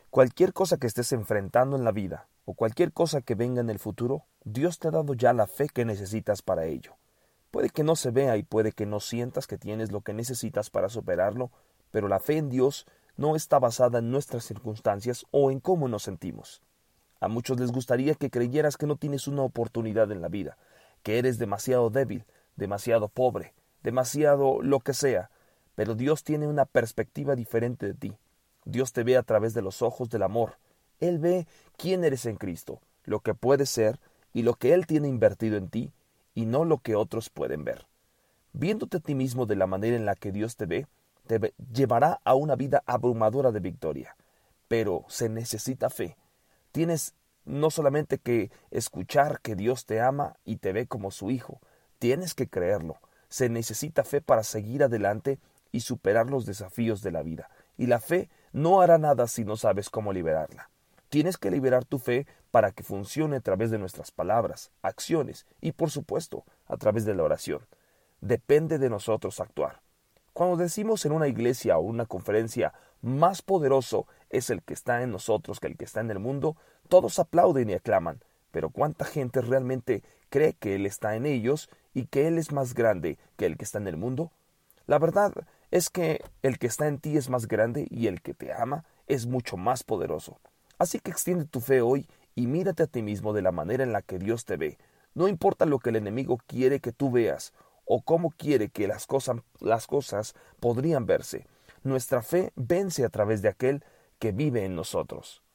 Cualquier cosa que estés enfrentando en la vida o cualquier cosa que venga en el futuro, Dios te ha dado ya la fe que necesitas para ello. Puede que no se vea y puede que no sientas que tienes lo que necesitas para superarlo, pero la fe en Dios no está basada en nuestras circunstancias o en cómo nos sentimos. A muchos les gustaría que creyeras que no tienes una oportunidad en la vida, que eres demasiado débil, demasiado pobre, demasiado lo que sea, pero Dios tiene una perspectiva diferente de ti. Dios te ve a través de los ojos del amor. Él ve quién eres en Cristo, lo que puedes ser y lo que Él tiene invertido en ti, y no lo que otros pueden ver. Viéndote a ti mismo de la manera en la que Dios te ve, llevará a una vida abrumadora de victoria. Pero se necesita fe. Tienes no solamente que escuchar que Dios te ama y te ve como su hijo, tienes que creerlo. Se necesita fe para seguir adelante y superar los desafíos de la vida. Y la fe no hará nada si no sabes cómo liberarla. Tienes que liberar tu fe para que funcione a través de nuestras palabras, acciones y, por supuesto, a través de la oración. Depende de nosotros actuar. Cuando decimos en una iglesia o una conferencia, más poderoso es el que está en nosotros que el que está en el mundo, todos aplauden y aclaman. Pero ¿cuánta gente realmente cree que Él está en ellos y que Él es más grande que el que está en el mundo? La verdad es que el que está en ti es más grande y el que te ama es mucho más poderoso. Así que extiende tu fe hoy y mírate a ti mismo de la manera en la que Dios te ve. No importa lo que el enemigo quiere que tú veas o cómo quiere que las cosas podrían verse. Nuestra fe vence a través de aquel que vive en nosotros.